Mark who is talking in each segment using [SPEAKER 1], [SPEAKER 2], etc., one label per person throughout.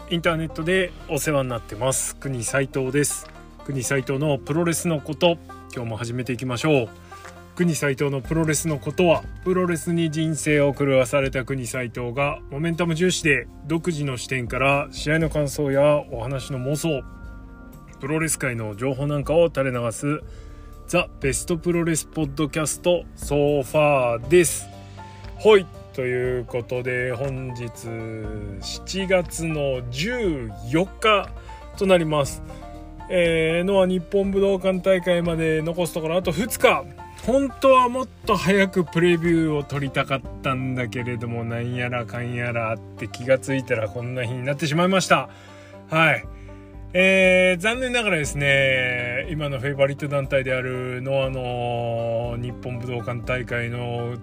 [SPEAKER 1] インターネットでお世話になってます国斉藤です。国斉藤のプロレスのこと、今日も始めていきましょう。国斉藤のプロレスのことは、プロレスに人生を狂わされた国斉藤がモメンタム重視で独自の視点から試合の感想やお話の妄想、プロレス界の情報なんかを垂れ流すザ・ベストプロレスポッドキャストソファーです。はい、ということで本日7月の14日となります。ノア日本武道館大会まで残すところあと2日。本当はもっと早くプレビューを撮りたかったんだけれども、なんやらかんやらあって気がついたらこんな日になってしまいました。はい、残念ながらですね、今のフェイバリット団体であるノアの日本武道館大会の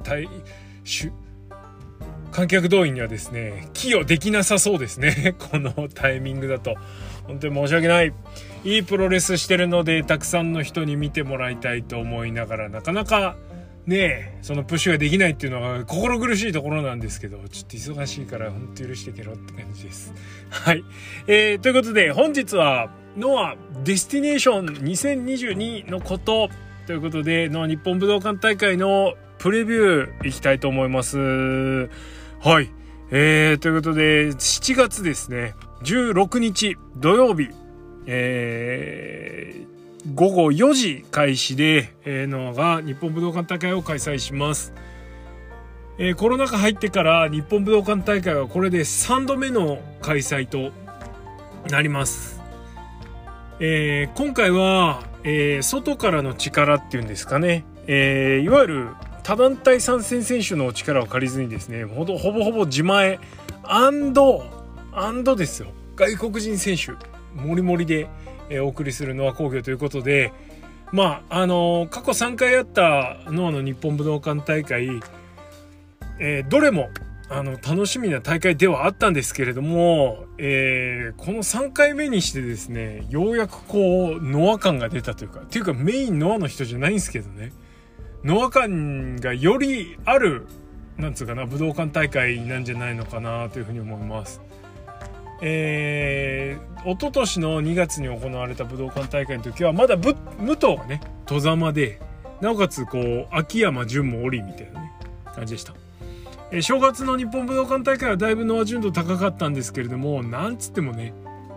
[SPEAKER 1] 観客動員にはですね寄与できなさそうですね。このタイミングだと本当に申し訳ない。いいプロレスしてるのでたくさんの人に見てもらいたいと思いながら、なかなかねそのプッシュができないっていうのが心苦しいところなんですけど、ちょっと忙しいから本当許してけろって感じです。はい、ということで本日はノアデスティネーション2022のことということで、ノア日本武道館大会のプレビューいきたいと思います。はい、ということで7月ですね16日土曜日、午後4時開始で、ノアが日本武道館大会を開催します。コロナ禍入ってから日本武道館大会はこれで3度目の開催となります。今回は、外からの力っていうんですかね、いわゆる他団体参戦選手の力を借りずにですね、ほぼほぼ自前アンドですよ、外国人選手もりもりで、お送りするノア工業ということで、過去3回あったノアの日本武道館大会、どれも楽しみな大会ではあったんですけれども、この3回目にしてですね、ようやくこうノア感が出たというか、っていうかメインノアの人じゃないんですけどね、ノア感がよりあるなんつうかな武道館大会なんじゃないのかなというふうに思います。一昨年の2月に行われた武道館大会の時はまだ武藤がね外様で、なおかつこう秋山純もおりみたいなね感じでした。正月の日本武道館大会はだいぶノア純度高かったんですけれども、なんつってもね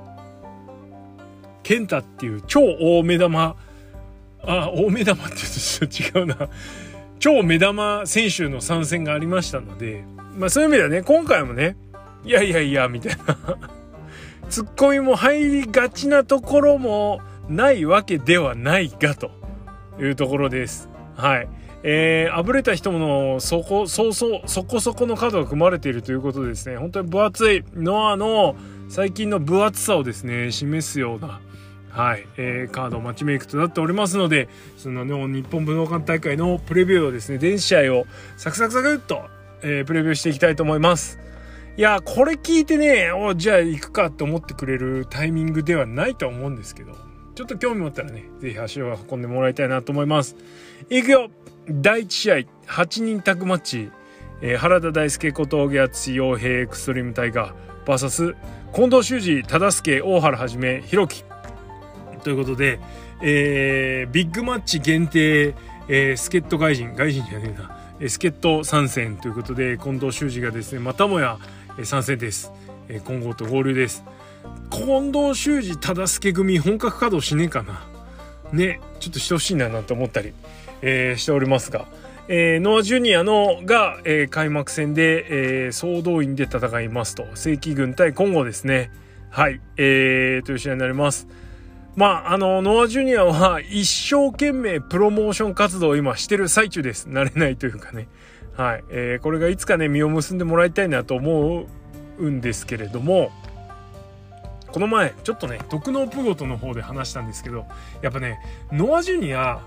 [SPEAKER 1] 健太っていう超大目玉って言うとちょっと違うな、超目玉選手の参戦がありましたので、そういう意味ではね今回もねいやみたいなツッコミも入りがちなところもないわけではないがというところです。はい、あぶれた人もそこそこのカードが組まれているということでですね、本当に分厚いノアの最近の分厚さをですね示すような、はい、カードマッチメイクとなっておりますので、その日本武道館大会のプレビューをですね電子試合をサクッと、プレビューしていきたいと思います。いやこれ聞いてねじゃあ行くかって思ってくれるタイミングではないと思うんですけど、ちょっと興味持ったらねぜひ足を運んでもらいたいなと思います。いくよ、第1試合8人タッグマッチ、原田大輔小峠敦陽平エクストリームタイガー VS 近藤修二忠助大原はじめ弘樹ということで、ビッグマッチ限定、助っ人外人じゃねえな、助っ人参戦ということで近藤修二がですねまたもや参戦です。今後と合流です。近藤修二忠助組本格稼働しねえかなね、ちょっとしてほしいななんて思ったり、しておりますが、ノアジュニアのが、開幕戦で、総動員で戦いますと、正規軍対今後ですね。はい、という試合になります。ノアジュニアは一生懸命プロモーション活動を今してる最中です。慣れないというかね。はい、これがいつかね実を結んでもらいたいなと思うんですけれども、この前ちょっとね特納プゴトの方で話したんですけど、やっぱねノアジュニア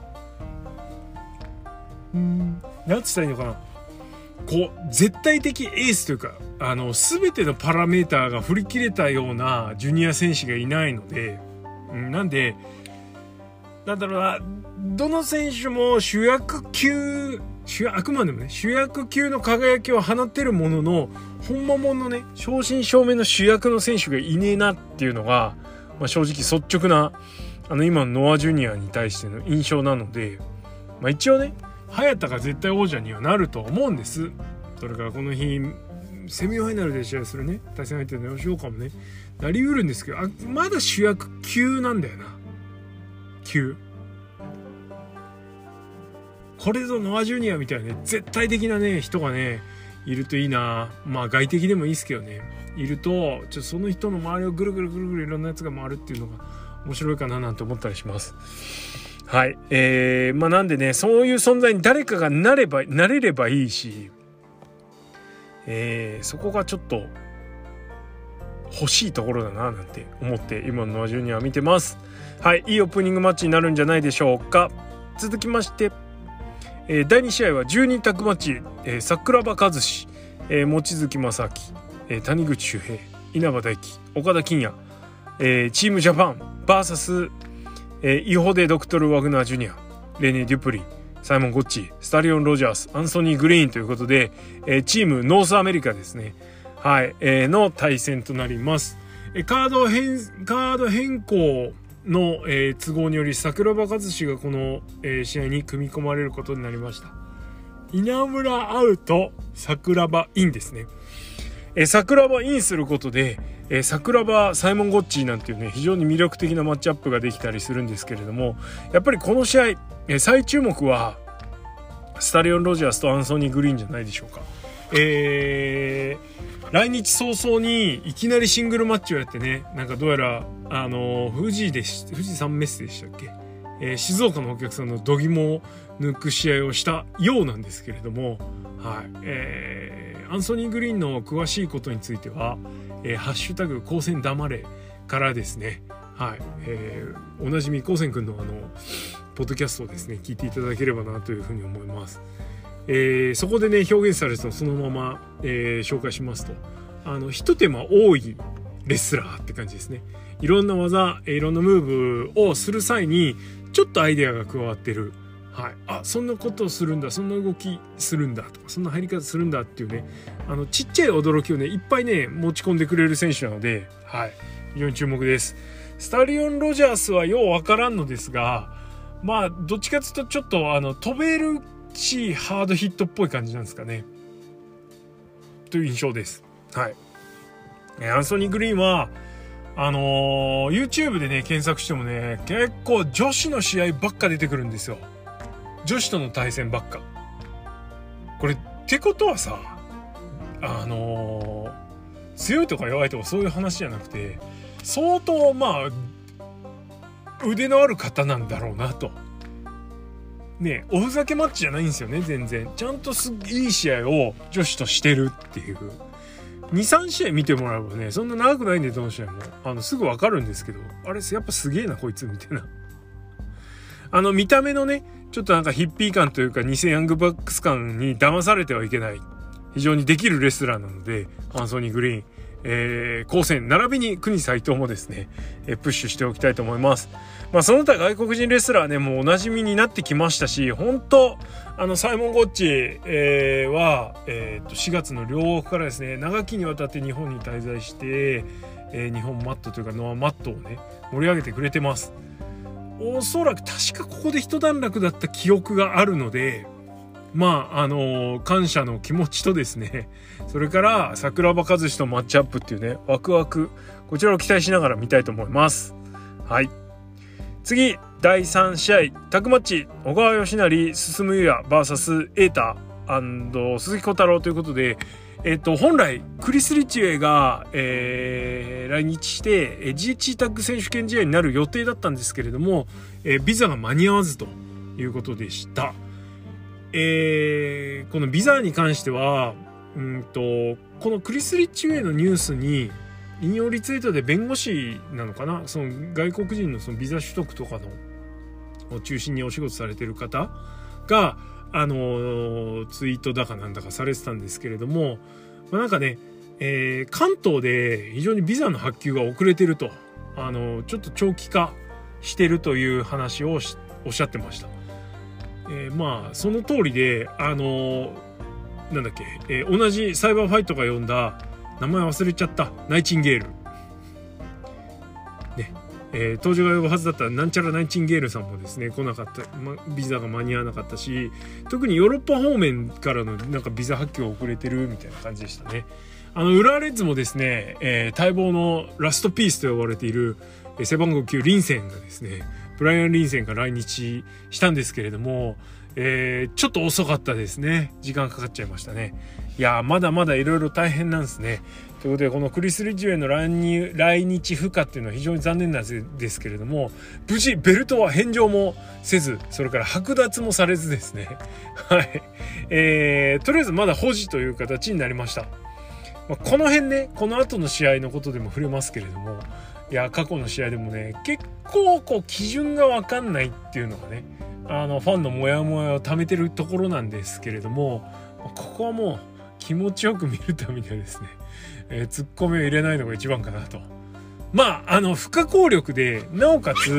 [SPEAKER 1] なんつったらいいのかな、こう絶対的エースというか全てのパラメーターが振り切れたようなジュニア選手がいないので、なんでなんだろうな、どの選手も主役級あくまでもね主役級の輝きを放ってるものの、本間もんのね正真正銘の主役の選手がいねえなっていうのが、正直率直な今のノア・ジュニアに対しての印象なので、一応ね早田が絶対王者にはなると思うんです。それからこの日セミファイナルで試合するね対戦相手の吉岡もねなりうるんですけど、まだ主役級なんだよな。級これぞノア・ジュニアみたいなね絶対的なね人がねいるといいな。外敵でもいいですけどね、いるとその人の周りをぐるぐるぐるぐるいろんなやつが回るっていうのが面白いかななんて思ったりします。はい、なんでねそういう存在に誰かがなれればいいし、そこがちょっと欲しいところだななんて思って今のノア・ジュニアを見てます。はい、いいオープニングマッチになるんじゃないでしょうか。続きまして、第2試合は12タッグマッチ、桜庭和志、望月正明、谷口周平、稲葉大輝、岡田金也、チームジャパン VS、イホデ・ドクトル・ワグナー・ジュニア、レネ・デュプリ、サイモン・ゴッチ、スタリオン・ロジャース、アンソニー・グリーンということで、チームノースアメリカですね、はい、の対戦となります。カード変更の、都合により桜庭和志がこの、試合に組み込まれることになりました。稲村アウト、桜庭インですね。桜庭インすることで、桜庭サイモン・ゴッチーなんていうね非常に魅力的なマッチアップができたりするんですけれども、やっぱりこの試合、最注目はスタリオン・ロジャースとアンソニー・グリーンじゃないでしょうか。来日早々にいきなりシングルマッチをやってね、なんかどうやら富士山メッセでしたっけ、静岡のお客さんの度肝を抜く試合をしたようなんですけれども、はい、アンソニー・グリーンの詳しいことについては、ハッシュタグ高専黙れからですね、はい、おなじみ高専くんのポッドキャストをですね聞いていただければなというふうに思います。そこでね表現されたそのまま、紹介しますと、一手間多いレスラーって感じですね。いろんな技、いろんなムーブをする際にちょっとアイデアが加わってる、はい、そんなことをするんだ、そんな動きするんだとか、そんな入り方するんだっていうね、ちっちゃい驚きをねいっぱいね持ち込んでくれる選手なので、はい、非常に注目です。スタリオン・ロジャースはようわからんのですが、どっちかというとちょっと飛べるしハードヒットっぽい感じなんですかねという印象です。はい、アンソニー・グリーンはYouTube でね検索してもね結構女子の試合ばっか出てくるんですよ。女子との対戦ばっか。これってことはさ、強いとか弱いとかそういう話じゃなくて、相当腕のある方なんだろうなと。ね、おふざけマッチじゃないんですよね。全然ちゃんといい試合を女子としてるっていう。 2,3 試合見てもらえばねそんな長くないんでどの試合もすぐ分かるんですけど、あれやっぱすげえなこいつみたいな見た目のねちょっとなんかヒッピー感というか偽ヤングバックス感に騙されてはいけない、非常にできるレスラーなのでアンソニー・グリーン、高専並びに国斎藤もですね、プッシュしておきたいと思います。その他外国人レスラーねもうおなじみになってきましたし、本当サイモン・ゴッチ、は、4月の両国からですね長きにわたって日本に滞在して、日本マットというかノアマットをね盛り上げてくれてます。おそらく確かここで一段落だった記憶があるので、感謝の気持ちとですね、それから桜庭和志とマッチアップっていうねワクワク、こちらを期待しながら見たいと思います。はい、次第3試合タッグマッチ、小川義成進優也 VS エータ鈴木小太郎ということで、本来クリス・リッチウェイが、来日して GH タッグ選手権試合になる予定だったんですけれども、ビザが間に合わずということでした。このビザに関してはこのクリス・リッチウェイのニュースに引用リツイートで弁護士なのかな、その外国人のそのビザ取得とかのを中心にお仕事されてる方がツイートだかなんだかされてたんですけれども、なんかね、関東で非常にビザの発給が遅れてると、ちょっと長期化してるという話をおっしゃってました。 まあその通りでなんだっけ、同じサイバーファイトが呼んだ名前忘れちゃったナイチンゲールね、登場が呼ぶはずだったなんちゃらナイチンゲールさんもですね来なかった、ビザが間に合わなかったし、特にヨーロッパ方面からのなんかビザ発給遅れてるみたいな感じでしたね。浦和レッズもですね、待望のラストピースと呼ばれている背番号9リンセンがですね、ブライアン・リンセンが来日したんですけれども、ちょっと遅かったですね。時間かかっちゃいましたね。いやまだまだいろいろ大変なんですね。ということでこのクリス・リッジウェイの来日不可っていうのは非常に残念なんですけれども、無事ベルトは返上もせず、それから剥奪もされずですねはい、とりあえずまだ保持という形になりました。この辺ね、この後の試合のことでも触れますけれども、いや過去の試合でもね結構こう基準が分かんないっていうのがねファンのモヤモヤを溜めてるところなんですけれども、ここはもう気持ちよく見るためにはですね、ツッコミを入れないのが一番かなと。まあ不可抗力でなおかつ、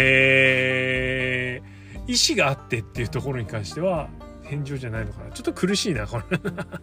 [SPEAKER 1] 意思があってっていうところに関しては返上じゃないのかな。ちょっと苦しいなこれ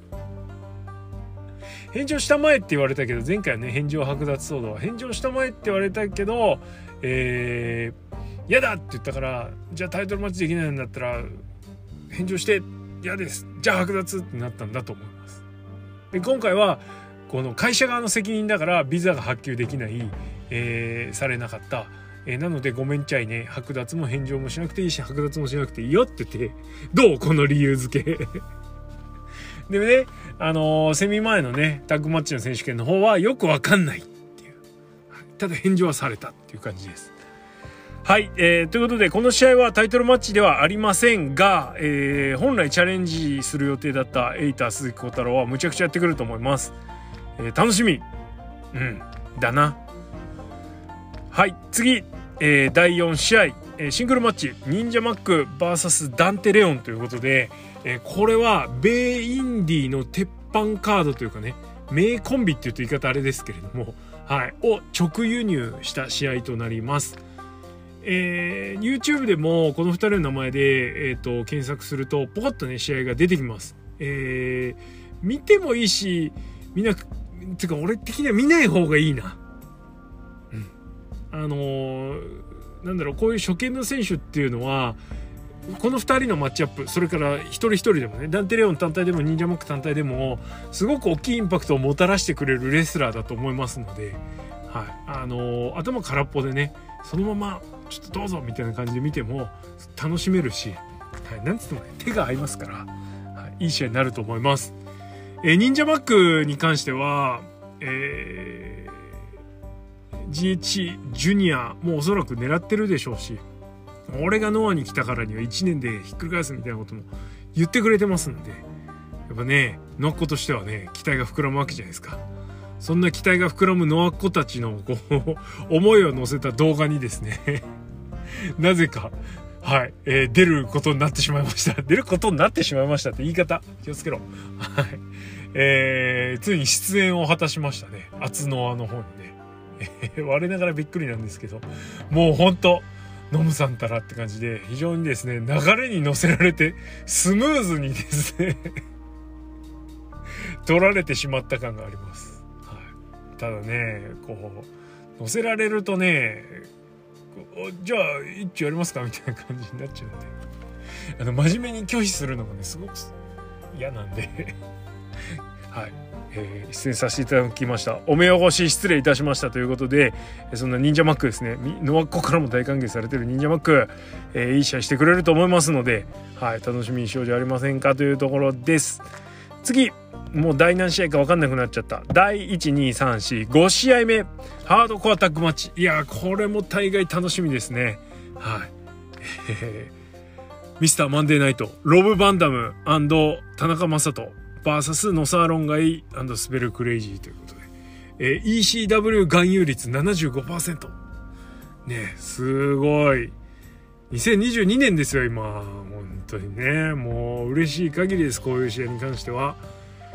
[SPEAKER 1] 返上したまえって言われたけど、前回はね返上剥奪騒動は返上したまえって言われたけど、嫌だって言ったから、じゃあタイトルマッチできないんだったら返上して嫌ですじゃあ剥奪ってなったんだと思います。で今回はこの会社側の責任だからビザが発給できない、されなかった、なのでごめんちゃいね、剥奪も返上もしなくていいし剥奪もしなくていいよって言って、どうこの理由付けでね、セミ前のねタッグマッチの選手権の方はよくわかんないっていう、ただ返上はされたっていう感じです。はい、ということでこの試合はタイトルマッチではありませんが、本来チャレンジする予定だったエイター鈴木小太郎はむちゃくちゃやってくると思います。楽しみだな。はい、次、第4試合、シングルマッチ忍者マック VS ダンテレオンということで、これは米インディの鉄板カードというかね、名コンビっていうと言い方あれですけれども、はい、を直輸入した試合となります。YouTube でもこの2人の名前で、検索するとポコッとね試合が出てきます。見てもいいし、みんなてか俺的には見ない方がいいな。なんだろう、こういう初見の選手っていうのはこの2人のマッチアップ、それから一人一人でもね、ダンテレオン単体でも忍者マック単体でもすごく大きいインパクトをもたらしてくれるレスラーだと思いますので、はい、頭空っぽでねそのままちょっとどうぞみたいな感じで見ても楽しめるし、はい、なんつってもね手が合いますから、はい、いい試合になると思います。忍者マックに関しては、GH ジュニアもおそらく狙ってるでしょうし、俺がノアに来たからには1年でひっくり返すみたいなことも言ってくれてますので、やっぱねノアっ子としてはね期待が膨らむわけじゃないですか。そんな期待が膨らむノアっ子たちのこう思いを乗せた動画にですねなぜかはい、出ることになってしまいました出ることになってしまいましたって言い方気をつけろはい、ついに出演を果たしましたね、厚ノアの方にね我ながらびっくりなんですけど、もうほんとノムさんたらって感じで非常にですね流れに乗せられてスムーズにですね取られてしまった感があります。はい、ただねこう乗せられるとね、じゃあ一丁やりますかみたいな感じになっちゃうんで、真面目に拒否するのがねすごく嫌なんではい、出演させていただきました。お目汚し失礼いたしましたということで、そんな忍者マックですね、ノアっ子からも大歓迎されている忍者マック、いい試合してくれると思いますので、はい、楽しみにしようじゃありませんかというところです。次もう第何試合か分かんなくなっちゃった。第1,2,3,4,5試合目ハードコアタッグマッチ、いやこれも大概楽しみですね。はいミスターマンデーナイトロブ・バンダム&田中将人 VS ノサーロンガイ&スペルクレイジーということで、ECW 含有率 75% ね、すごい2022年ですよ今。本当にねもう嬉しい限りです。こういう試合に関しては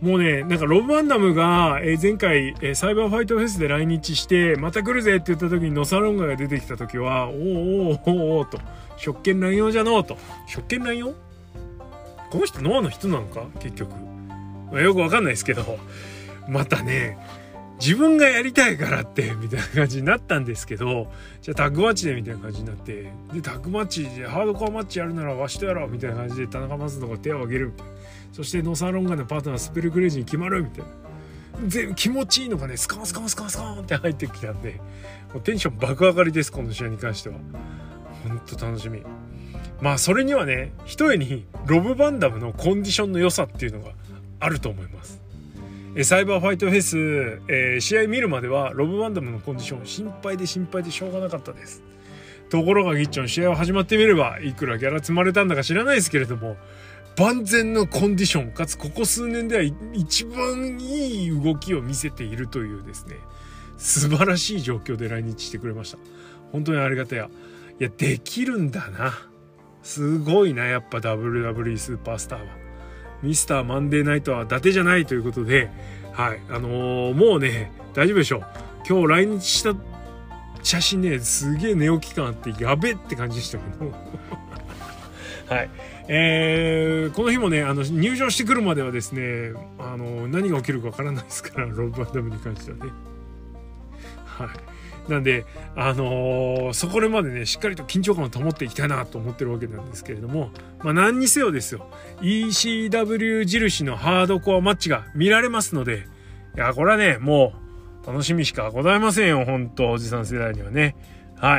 [SPEAKER 1] もうね、なんかロブ・バンダムが前回サイバーファイトフェスで来日してまた来るぜって言った時にノサロンガが出てきた時は、おーと、職権乱用じゃのうと。職権乱用？この人ノアの人なのか結局。よくわかんないですけど、またね、自分がやりたいからってみたいな感じになったんですけど、じゃあタッグマッチでみたいな感じになって、でタッグマッチでハードコアマッチやるならわしとやろうみたいな感じで田中将人が手を挙げるみたいな。そしてノサロンガのパートナースペルクレイジーに決まるみたいな。で気持ちいいのがね、スカンって入ってきたんで、もうテンション爆上がりです。この試合に関してはほんと楽しみ。まあそれにはね、ひとえにロブ・バンダムのコンディションの良さっていうのがあると思います。サイバーファイトフェス、試合見るまではロブ・バンダムのコンディション心配でしょうがなかったです。ところがギッチョン、試合は始まってみればいくらギャラ積まれたんだか知らないですけれども、万全のコンディションかつここ数年では一番いい動きを見せているというですね、素晴らしい状況で来日してくれました。本当にありがたや。いや、できるんだな、すごいな、やっぱ WWE スーパースターは。ミスターマンデーナイトは伊達じゃないということで、はい、もうね大丈夫でしょう。今日来日した写真ね、すげえ寝起き感あってやべって感じでしたけどはい、この日もね、入場してくるまではですね、何が起きるかわからないですから、ロブ・バンダムに関してはね。はい。なんで、そこまでね、しっかりと緊張感を保っていきたいなと思ってるわけなんですけれども、まあ何にせよですよ、ECW 印のハードコアマッチが見られますので、いや、これはね、もう楽しみしかございませんよ、本当おじさん世代にはね。はい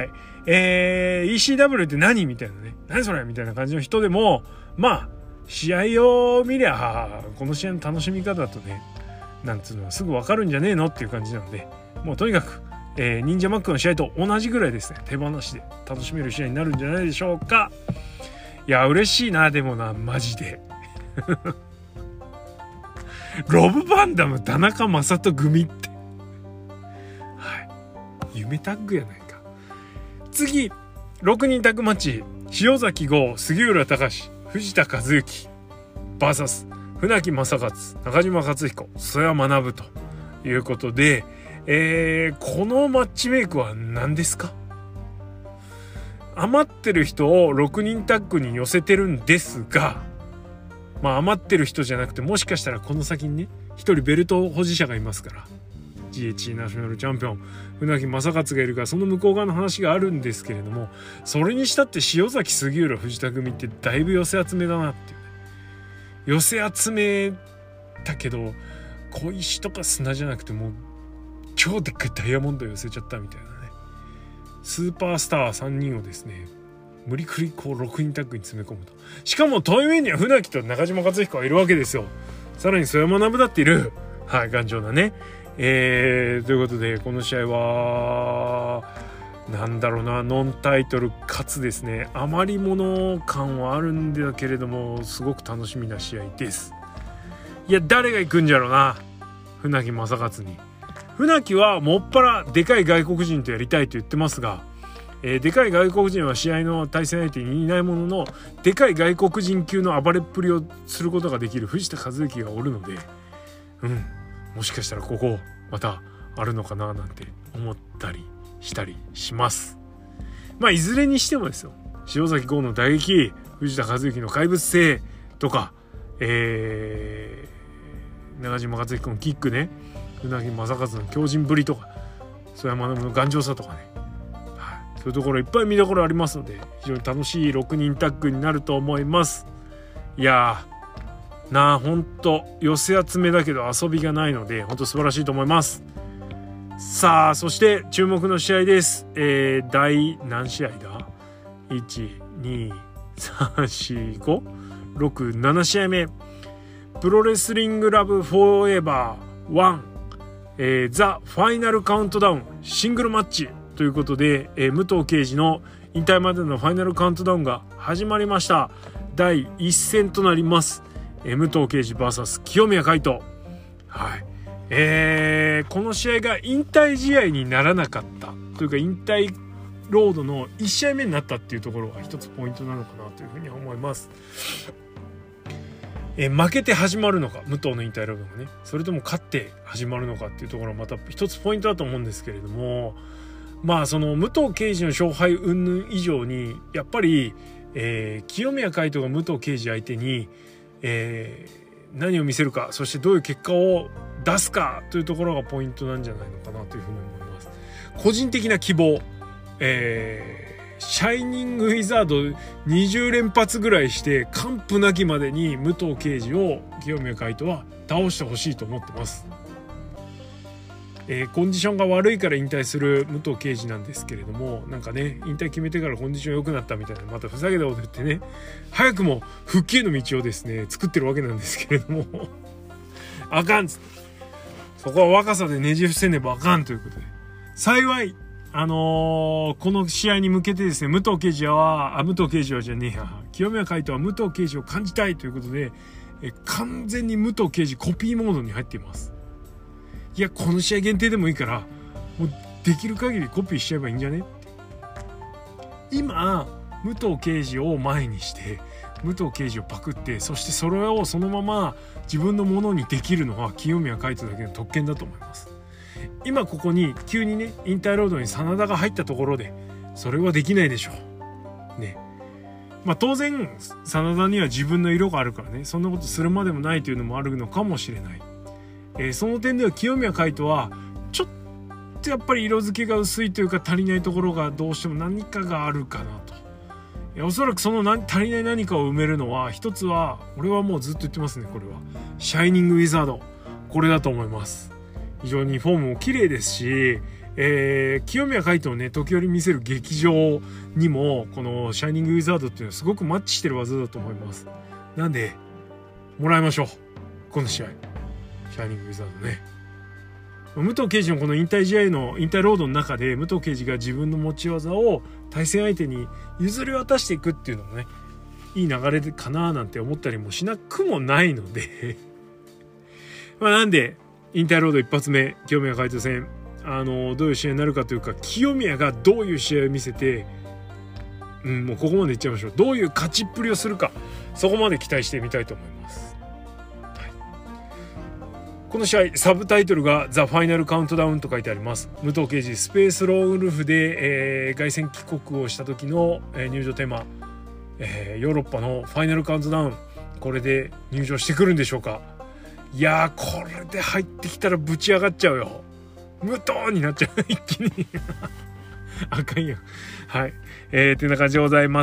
[SPEAKER 1] 。ECW って何みたいなね、何それみたいな感じの人でも、まあ、試合を見りゃ、この試合の楽しみ方とね、なんつうのはすぐわかるんじゃねえのっていう感じなので、もうとにかく、忍者マックの試合と同じぐらいですね、手放しで楽しめる試合になるんじゃないでしょうか。いや嬉しいな、でもな、マジでロブ・バンダム田中将人組って、はい、夢タッグやないか。次6人タッグマッチ、塩崎豪、杉浦隆、藤田和幸 VS 船木正勝、中島克彦、曽谷学ということで、このマッチメイクは何ですか？余ってる人を6人タッグに寄せてるんですが、まあ余ってる人じゃなくて、もしかしたらこの先にね、1人ベルト保持者がいますから、 GHC ナショナルチャンピオン船木正勝がいるから、その向こう側の話があるんですけれども、それにしたって塩崎、杉浦、藤田組ってだいぶ寄せ集めだなっていうね。寄せ集めだけど小石とか砂じゃなくて、もう超でっかいダイヤモンド寄せちゃったみたいなね、スーパースター3人をですね、無理くりこう6人タッグに詰め込むと。しかも遠い面には船木と中島克彦がいるわけですよ。さらに曽山学だっている、はい、頑丈なね。ということで、この試合はなんだろうな、ノンタイトルかつですね、余り物感はあるんだけれども、すごく楽しみな試合です。いや、誰が行くんじゃろうな、船木正勝に。船木はもっぱらでかい外国人とやりたいと言ってますが、でかい外国人は試合の対戦相手にいないものの、でかい外国人級の暴れっぷりをすることができる藤田和幸がおるので、もしかしたらここまたあるのかななんて思ったりしたりします。まあいずれにしてもですよ、塩崎豪の打撃、藤田和幸の怪物性とか、中島克彦のキックね、船木正和の強靭ぶりとか、曽山学の頑丈さとかね、はい、そういうところいっぱい見どころありますので、非常に楽しい6人タッグになると思います。いやーなあ、ほんと寄せ集めだけど遊びがないので、ほんと素晴らしいと思います。さあ、そして注目の試合です。第何試合だ ?1,2,3,4,5,6,7 試合目、プロレスリングラブフォーエバー1、ザ・ファイナルカウントダウンシングルマッチということで、武藤敬司の引退までのファイナルカウントダウンが始まりました。第1戦となります。武藤敬司 VS 清宮海斗。はい。この試合が引退試合にならなかったというか、引退ロードの1試合目になったっていうところが一つポイントなのかなというふうに思います。 負けて始まるのか、武藤の引退ロードがね、それとも勝って始まるのかっていうところはまた一つポイントだと思うんですけれども、まあその武藤敬司の勝敗云々以上にやっぱり、清宮海斗が武藤敬司相手に、何を見せるか、そしてどういう結果を出すかというところがポイントなんじゃないのかなというふうに思います。個人的な希望、シャイニングウィザード20連発ぐらいして完膚なきまでに武藤敬司を清宮海斗は倒してほしいと思ってます。コンディションが悪いから引退する武藤敬司なんですけれども、なんかね、引退決めてからコンディション良くなったみたいな、またふざけたこと言ってね、早くも復帰への道をですね作ってるわけなんですけれどもあかんっつって、そこは若さでねじ伏せねばあかんということで、幸いこの試合に向けてですね、武藤敬司はじゃねえや、清宮海斗は武藤敬司を感じたいということで、完全に武藤敬司コピーモードに入っています。いや、この試合限定でもいいからもうできる限りコピーしちゃえばいいんじゃねって。今武藤敬司を前にして武藤敬司をパクって、そしてそれをそのまま自分のものにできるのは清宮海斗だけの特権だと思います。今ここに急にね引退ロードに真田が入ったところでそれはできないでしょうね。まあ当然真田には自分の色があるからね、そんなことするまでもないというのもあるのかもしれない。その点では清宮海斗はちょっとやっぱり色付けが薄いというか、足りないところがどうしても何かがあるかなと。おそらくその足りない何かを埋めるのは、一つは俺はもうずっと言ってますね、これはシャイニングウィザード、これだと思います。非常にフォームも綺麗ですし、清宮海斗をね時折見せる劇場にもこのシャイニングウィザードっていうのはすごくマッチしてる技だと思います。なんでもらいましょう、この試合シャイニングウィザードね。武藤敬司のこの引退試合の引退ロードの中で武藤敬司が自分の持ち技を対戦相手に譲り渡していくっていうのもね、いい流れかななんて思ったりもしなくもないのでまあなんで引退ロード一発目清宮海斗戦、どういう試合になるかというか、清宮がどういう試合を見せて、もうここまでいっちゃいましょう。どういう勝ちっぷりをするか、そこまで期待してみたいと思います。この試合サブタイトルがザ・ファイナルカウントダウンと書いてあります。武藤敬司スペースロールフで、凱旋帰国をした時の、入場テーマ、ヨーロッパのファイナルカウントダウン、これで入場してくるんでしょうか。いやー、これで入ってきたらぶち上がっちゃうよ、武藤になっちゃう一気にあかんやん。はい、ってな感じでございます。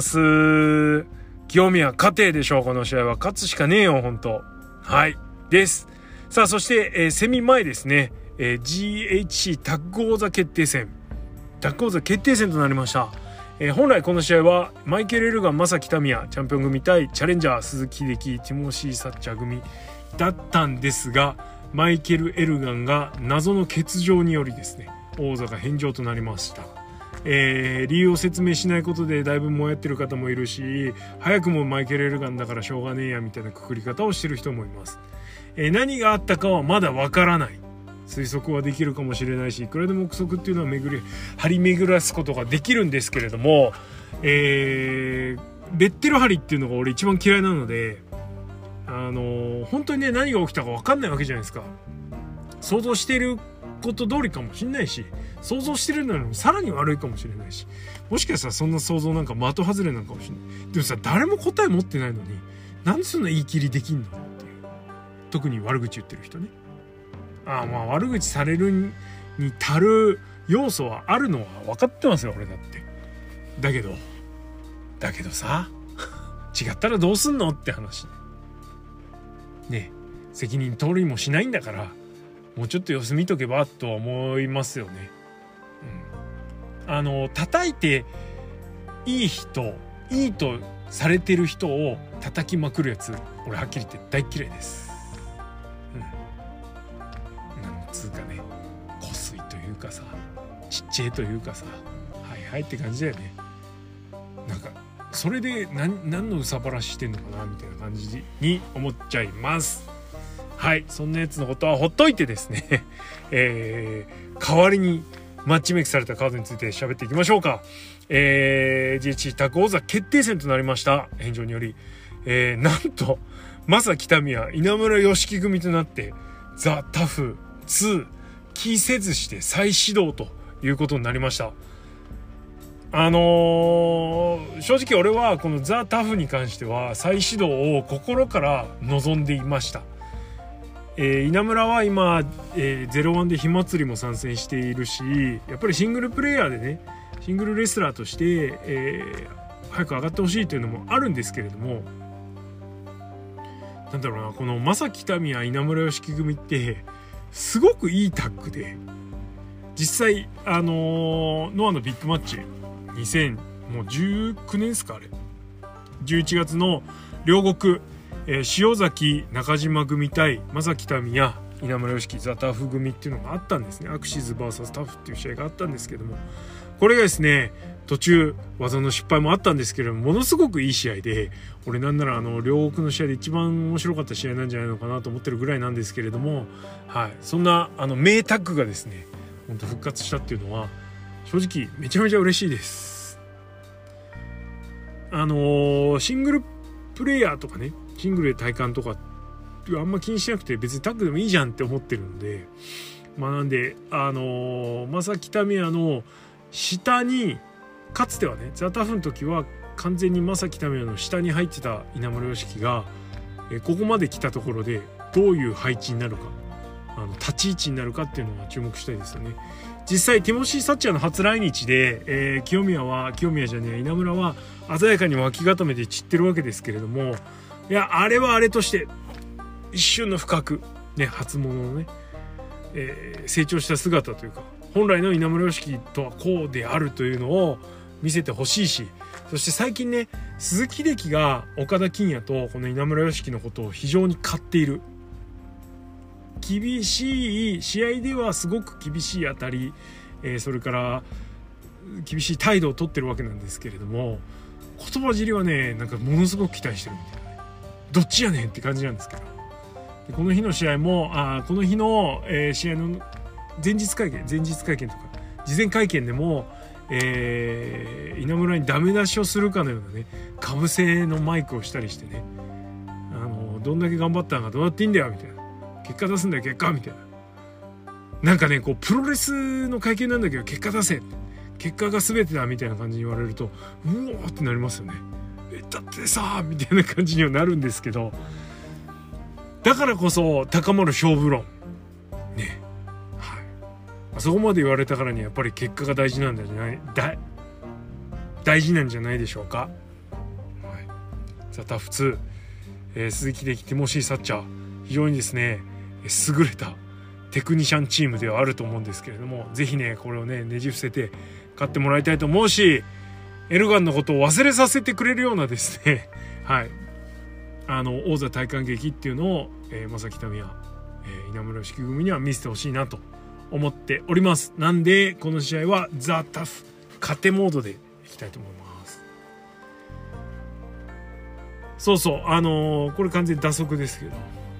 [SPEAKER 1] 清宮勝てでしょう、この試合は勝つしかねえよ本当。はいです。さあそして、セミ前ですね、GHC タッグ王座決定戦となりました。本来この試合はマイケル・エルガン、正木民也チャンピオン組対チャレンジャー鈴木秀樹、ティモシー・サッチャー組だったんですが、マイケル・エルガンが謎の欠場によりですね王座が返上となりました。理由を説明しないことでだいぶもやってる方もいるし、早くもマイケル・エルガンだからしょうがねえやみたいなくくり方をしてる人もいます。何があったかはまだわからない、推測はできるかもしれないし、いくらでも憶測っていうのは張り巡らすことができるんですけれども、レッテル張りっていうのが俺一番嫌いなので、本当にね何が起きたか分かんないわけじゃないですか。想像していること通りかもしれないし、想像してるのにさらに悪いかもしれないし、もしかしたらそんな想像なんか的外れなのかもしれない。でもさ、誰も答え持ってないのになんでそんな言い切りできんのっていう。特に悪口言ってる人ね。まあ悪口されるに足る要素はあるのは分かってますよ俺だって。だけどさ違ったらどうすんのって話ね。責任取りもしないんだからもうちょっと様子見とけばとは思いますよね。叩いていいとされてる人を叩きまくるやつ、俺はっきり言って大嫌いです。なんつうかね、こすいというかさ、ちっちゃいというかさ、はいはいって感じだよね。なんかそれで何のうさばらししてんのかなみたいな感じに思っちゃいます。はい、そんなやつのことはほっといてですね、代わりにマッチメイクされたカードについて喋っていきましょうか。GHC タッグ王座決定戦となりました。返上により、なんと正木民也稲村良樹組となってザ・タフ2期せずして再始動ということになりました。正直俺はこのザ・タフに関しては再始動を心から望んでいました。稲村は今、01で火祭りも参戦しているし、やっぱりシングルプレイヤーでね、シングルレスラーとして、早く上がってほしいというのもあるんですけれども、なんだろうな、この正木民也稲村良樹組ってすごくいいタッグで、実際ノアのビッグマッチ2019年ですか、あれ11月の両国、塩崎中島組対正木民也稲村良樹ザ・タフ組っていうのがあったんですね。アクシズ VS タフっていう試合があったんですけども、これがですね、途中技の失敗もあったんですけれども、ものすごくいい試合で、俺なんなら両国の試合で一番面白かった試合なんじゃないのかなと思ってるぐらいなんですけれども、はい、そんな名タッグがですね本当復活したっていうのは正直めちゃめちゃ嬉しいです。シングルプレイヤーとかね、シングルで体感とかあんま気にしなくて別にタッグでもいいじゃんって思ってるので、なんで正木民也の下に、かつてはねザ・タフの時は完全に正木民也の下に入ってた稲村良樹が、ここまで来たところでどういう配置になるか、立ち位置になるかっていうのは注目したいですよね。実際ティモシー・サッチャーの初来日で、稲村は鮮やかに脇固めて散ってるわけですけれども、いやあれはあれとして一瞬の不覚ね、初物のね、成長した姿というか本来の稲村良樹とはこうであるというのを見せてほしいし、そして最近ね鈴木秀樹が岡田金也とこの稲村良樹のことを非常に買っている。厳しい試合ではすごく厳しい当たり、それから厳しい態度を取ってるわけなんですけれども、言葉尻はねなんかものすごく期待してるみたいな、どっちやねんって感じなんですけど、でこの日の試合もこの日の、試合の前日会見とか事前会見でも、稲村にダメ出しをするかのようなねかぶせのマイクをしたりしてね、どんだけ頑張ったのかどうやっていいんだよみたいな、結果出すんだよ結果みたいな、なんかねこうプロレスの会見なんだけど結果出せ、結果が全てだみたいな感じに言われるとうおーってなりますよね。だってさみたいな感じにはなるんですけど、だからこそ高まる勝負論ね、はい、そこまで言われたからにやっぱり結果が大事なんじゃないでしょうか。はい、ザ・タフ2、鈴木秀樹ティモシー・サッチャー、非常にですね優れたテクニシャンチームではあると思うんですけれども、ぜひねこれをねねじ伏せて勝ってもらいたいと思うし、エルガンのことを忘れさせてくれるようなですねはい王座体感劇っていうのを、正木民也、稲村良樹組には見せてほしいなと思っております。なんでこの試合はザ・タフ勝てモードでいきたいと思います。そうそうこれ完全に打足ですけど、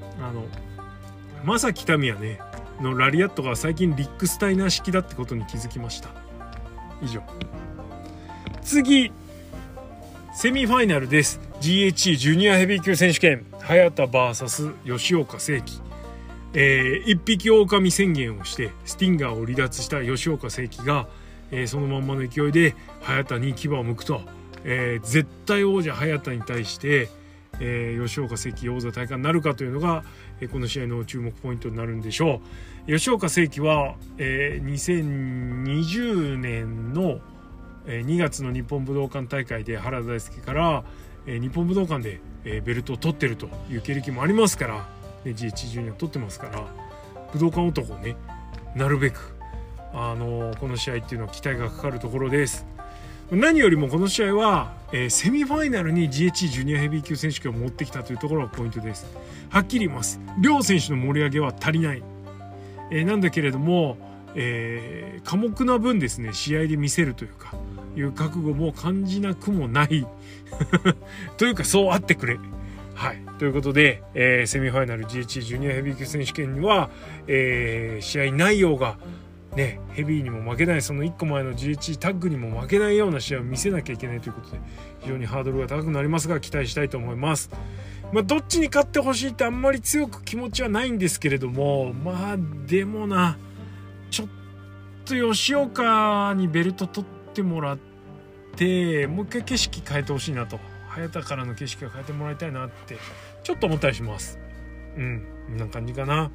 [SPEAKER 1] 正木民也ねのラリアットが最近リックスタイナー式だってことに気づきました。以上。次セミファイナルです。 GHC ジュニアヘビー級選手権、早田 VS 吉岡聖輝、一匹狼宣言をしてスティンガーを離脱した吉岡聖輝が、そのまんまの勢いで早田に牙を向くと、絶対王者早田に対して、吉岡聖輝王座体感になるかというのが、この試合の注目ポイントになるんでしょう。吉岡聖輝は、2020年の2月の日本武道館大会で原田大輔から、日本武道館で、ベルトを取ってるという経歴もありますから、ね、GHC ジュニア取ってますから、武道館男をねなるべくこの試合っていうのは期待がかかるところです。何よりもこの試合は、セミファイナルに GHC ジュニアヘビー級選手権を持ってきたというところがポイントです。はっきり言います。両選手の盛り上げは足りない、なんだけれども、寡黙な分ですね試合で見せるというかいう覚悟も感じなくもないというかそうあってくれ。はい、ということで、セミファイナル GHC ジュニアヘビー級選手権には、試合内容がねヘビーにも負けない、その1個前の GHC タッグにも負けないような試合を見せなきゃいけないということで非常にハードルが高くなりますが期待したいと思います。 どっちに勝ってほしいってあんまり強く気持ちはないんですけれども、でもな、ちょっと吉岡にベルト取ってもらってもう一回景色変えてほしいなと、早田からの景色を変えてもらいたいなってちょっと思ったりします。こんな感じかな。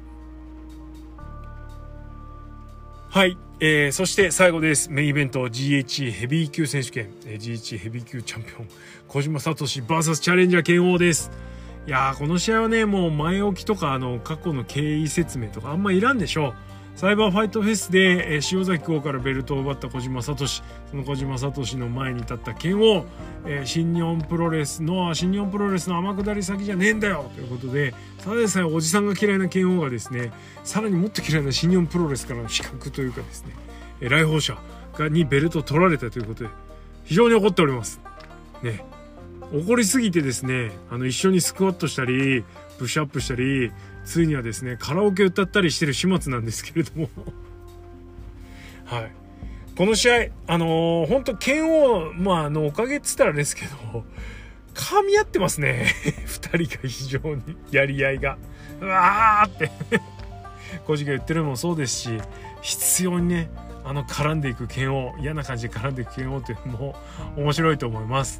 [SPEAKER 1] はい、そして最後です。メインイベント GHC ヘビー級選手権、GHC ヘビー級チャンピオン小島聡 VS チャレンジャー拳王です。いやー、この試合はね、もう前置きとか過去の経緯説明とかあんまいらんでしょう。サイバーファイトフェスで、塩崎豪からベルトを奪った小島聡、その小島聡の前に立った拳王、新日本プロレスの天下り先じゃねえんだよということで、ただでさえおじさんが嫌いな拳王がですね、さらにもっと嫌いな新日本プロレスからの資格というかですね、来訪者にベルトを取られたということで非常に怒っておりますね。怒りすぎてですね、一緒にスクワットしたりプッシュアップしたり、ついにはですねカラオケ歌ったりしてる始末なんですけれどもはい、この試合本当拳王おかげっつったらですけど噛み合ってますね2人が非常にやり合いがうわーって小路が言ってるのもそうですし、必要にね絡んでいく拳王、嫌な感じで絡んでいく拳王っていうのも面白いと思います。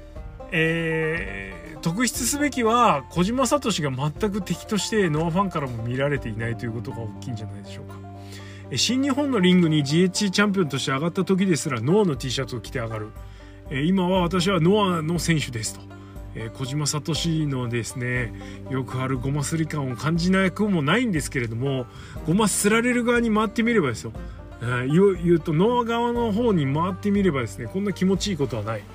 [SPEAKER 1] 特筆すべきは小島聡が全く敵としてノアファンからも見られていないということが大きいんじゃないでしょうか。新日本のリングに GHC チャンピオンとして上がった時ですらノアの T シャツを着て上がる、今は私はノアの選手ですと、小島聡のですねよくあるごますり感を感じなくもないんですけれども、ごますられる側に回ってみればですよ、言うとノア側の方に回ってみればですね、こんな気持ちいいことはない。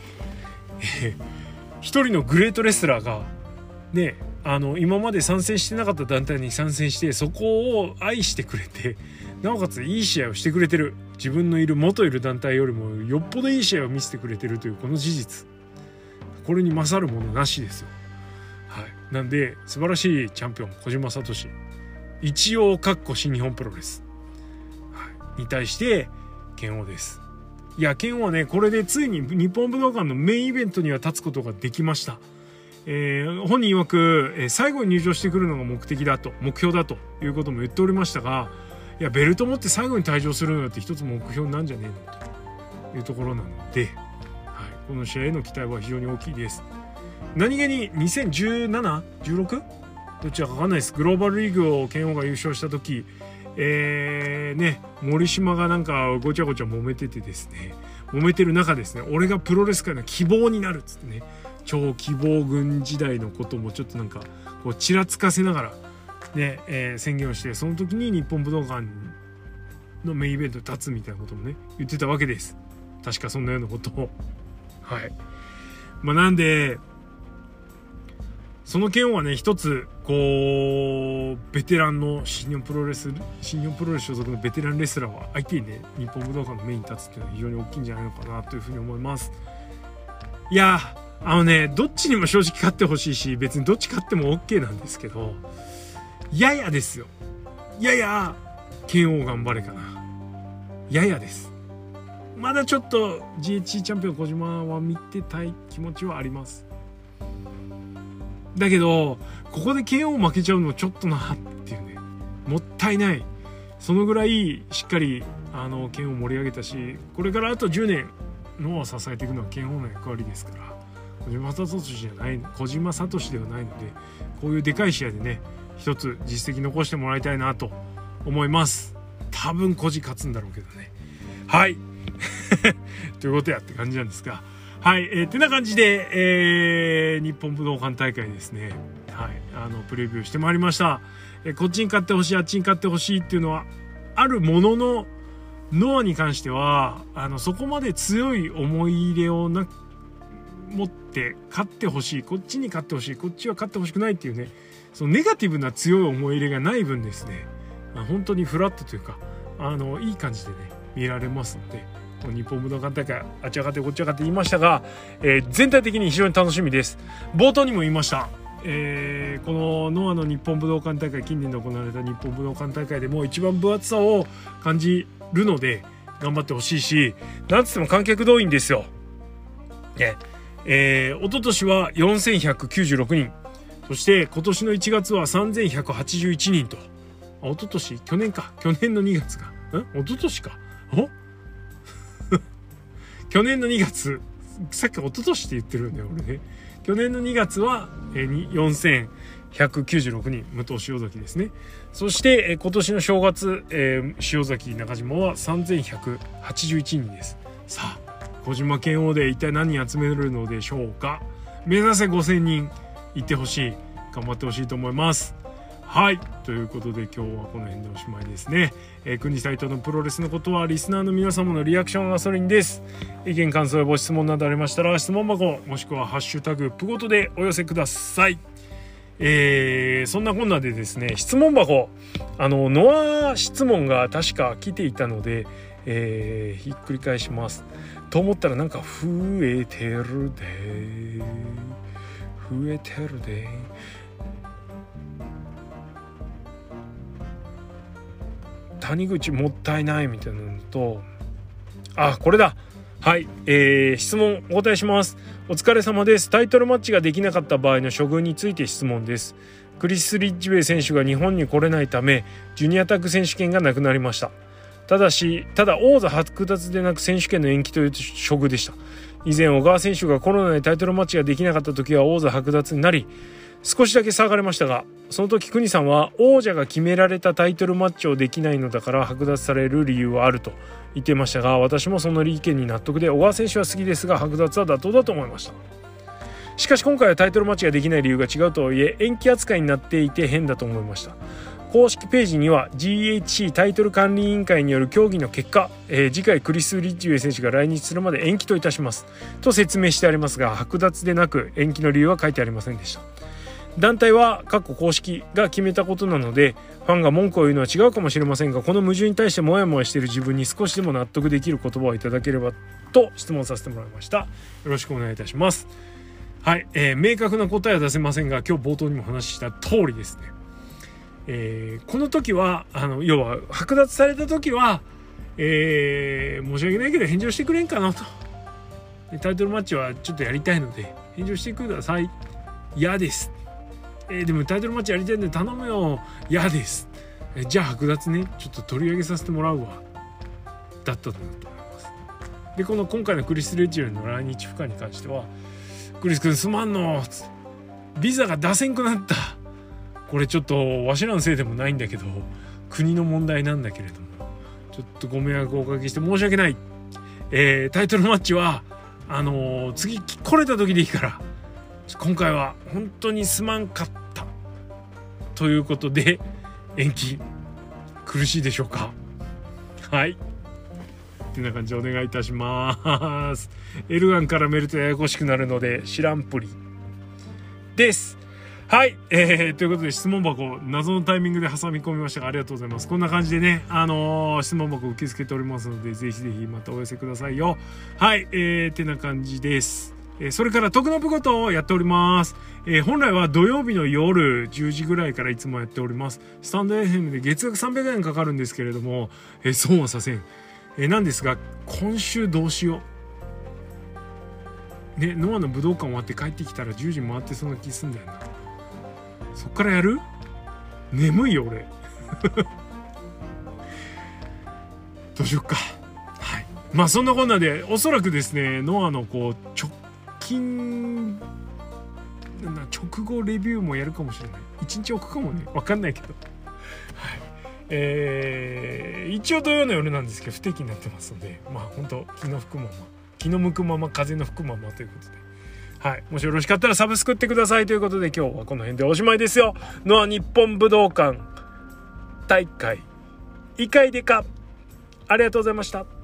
[SPEAKER 1] 一人のグレートレスラーがね、今まで参戦してなかった団体に参戦して、そこを愛してくれて、なおかついい試合をしてくれてる、自分の元いる団体よりもよっぽどいい試合を見せてくれてるというこの事実、これに勝るものなしですよ。はい、なんで素晴らしいチャンピオン小島聡、一応新日本プロレス、に対して拳王です。いや、拳王はね、これでついに日本武道館のメインイベントには立つことができました。本人曰く、最後に入場してくるのが目標だということも言っておりましたが、いや、ベルト持って最後に退場するのだって一つ目標なんじゃねえのというところなので、この試合への期待は非常に大きいです。何気に2017、16? どっちか分かんないです。グローバルリーグを拳王が優勝した時、森島がなんかごちゃごちゃ揉めててですね、揉めてる中ですね、俺がプロレス界の希望になるっつってね、超希望軍時代のこともちょっとなんかこうちらつかせながらね、宣言をして、その時に日本武道館のメインイベントに立つみたいなこともね言ってたわけです。確かそんなようなことを。はい、なんでその件はね、一つこうベテランの新日本プロレス所属のベテランレスラーは相手にね、日本武道館のメインに立つっていうのは非常に大きいんじゃないのかなというふうに思います。いや、どっちにも正直勝ってほしいし、別にどっち勝っても OK なんですけど、ややですよ、やや拳王頑張れかな、ややです。まだちょっと GHC チャンピオン小島は見てたい気持ちはあります。だけどここで拳王負けちゃうのちょっとなっていうね、もったいない。そのぐらいしっかり拳王盛り上げたし、これからあと10年ノアを支えていくのは拳王の役割ですから、小島聡ではないので、こういうでかい試合でね、一つ実績残してもらいたいなと思います。多分小島勝つんだろうけどね。はいということやって感じなんですが、はい、てな感じで、日本武道館大会ですね、はい、プレビューしてまいりました。こっちに勝ってほしい、あっちに勝ってほしいっていうのはあるものの、ノアに関してはそこまで強い思い入れを持って勝ってほしい、こっちに勝ってほしい、こっちは勝ってほしくないっていうね、そのネガティブな強い思い入れがない分ですね、本当にフラットというかいい感じでね見られますので、日本武道館大会あっち上がってこっち上がって言いましたが、全体的に非常に楽しみです。冒頭にも言いました、このノアの日本武道館大会、近年で行われた日本武道館大会でも一番分厚さを感じるので頑張ってほしいし、なんつっても観客動員ですよ、ね。一昨年は4196人、 そして今年の1月は3181人と、一昨年去年の2月か一昨年か去年の2月、さっき一昨年って言ってるんだよ俺ね。去年の2月は4196人、武藤塩崎ですね。そして今年の正月、塩崎中島は3181人です。さあ小島剣王で一体何人集めるのでしょうか。目指せ5000人行ってほしい、頑張ってほしいと思います。はい、ということで今日はこの辺でおしまいですね。国サイトのプロレスのことはリスナーの皆様のリアクションガソリンです。意見感想やご質問などありましたら質問箱もしくはハッシュタグプごとでお寄せください。そんなこんなでですね、質問箱ノア質問が確か来ていたので、ひっくり返しますと思ったらなんか増えてるで谷口もったいないみたいなのと、これだ。はい、質問お答えします。お疲れ様です。タイトルマッチができなかった場合の処遇について質問です。クリス・リッジウェイ選手が日本に来れないためジュニアタッグ選手権がなくなりました。ただ王座剥奪でなく選手権の延期という処遇でした。以前小川選手がコロナでタイトルマッチができなかった時は王座剥奪になり少しだけ騒がれましたが、その時国さんは王者が決められたタイトルマッチをできないのだから剥奪される理由はあると言っていましたが、私もその意見に納得で小川選手は好きですが剥奪は妥当だと思いました。しかし今回はタイトルマッチができない理由が違うとはいえ延期扱いになっていて変だと思いました。公式ページには GHC タイトル管理委員会による協議の結果、次回クリス・リッジウェイ選手が来日するまで延期といたしますと説明してありますが、剥奪でなく延期の理由は書いてありませんでした。団体は公式が決めたことなのでファンが文句を言うのは違うかもしれませんが、この矛盾に対してモヤモヤしている自分に少しでも納得できる言葉をいただければと質問させてもらいました。よろしくお願いいたします。はい、明確な答えは出せませんが今日冒頭にも話した通りですね、この時は要は剥奪された時は、申し訳ないけど返上してくれんかなと、タイトルマッチはちょっとやりたいので返上してください、嫌です、でもタイトルマッチやりたいんで頼むよ、嫌です、じゃあ剥奪ね、ちょっと取り上げさせてもらうわ、だったと思います。でこの今回のクリス・レッジェルの来日不可に関しては、クリス君すまんのつってビザが出せんくなった、これちょっとわしらのせいでもないんだけど国の問題なんだけれどもちょっとご迷惑をおかけして申し訳ない、タイトルマッチは次来れた時でいいから今回は本当にすまんかったということで延期。苦しいでしょうか。はいってな感じでお願いいたします。エルガンからメルとややこしくなるので知らんぷりです。はい、ということで質問箱謎のタイミングで挟み込みましたがありがとうございます。こんな感じでね、質問箱受け付けておりますのでぜひぜひまたお寄せくださいよ。はい、ってな感じです。それから徳の部ごとをやっております。本来は土曜日の夜10時ぐらいからいつもやっております。スタンド FM で月額300円かかるんですけれども、損はさせん。なんですが今週どうしようね。ノアの武道館終わって帰ってきたら10時回ってそんな気すんだよな。そっからやる？眠いよ俺どうしよっか。はい、まあそんなこんなでおそらくですねノアの直後レビューもやるかもしれない。1日置くかもね、分かんないけど、はい、一応土曜の夜なんですけど不定期になってますので、まあ本当気の向くまま風の吹くままということで、はい、もしよろしかったらサブスクってくださいということで今日はこの辺でおしまいですよ。ノア日本武道館大会異界でかありがとうございました。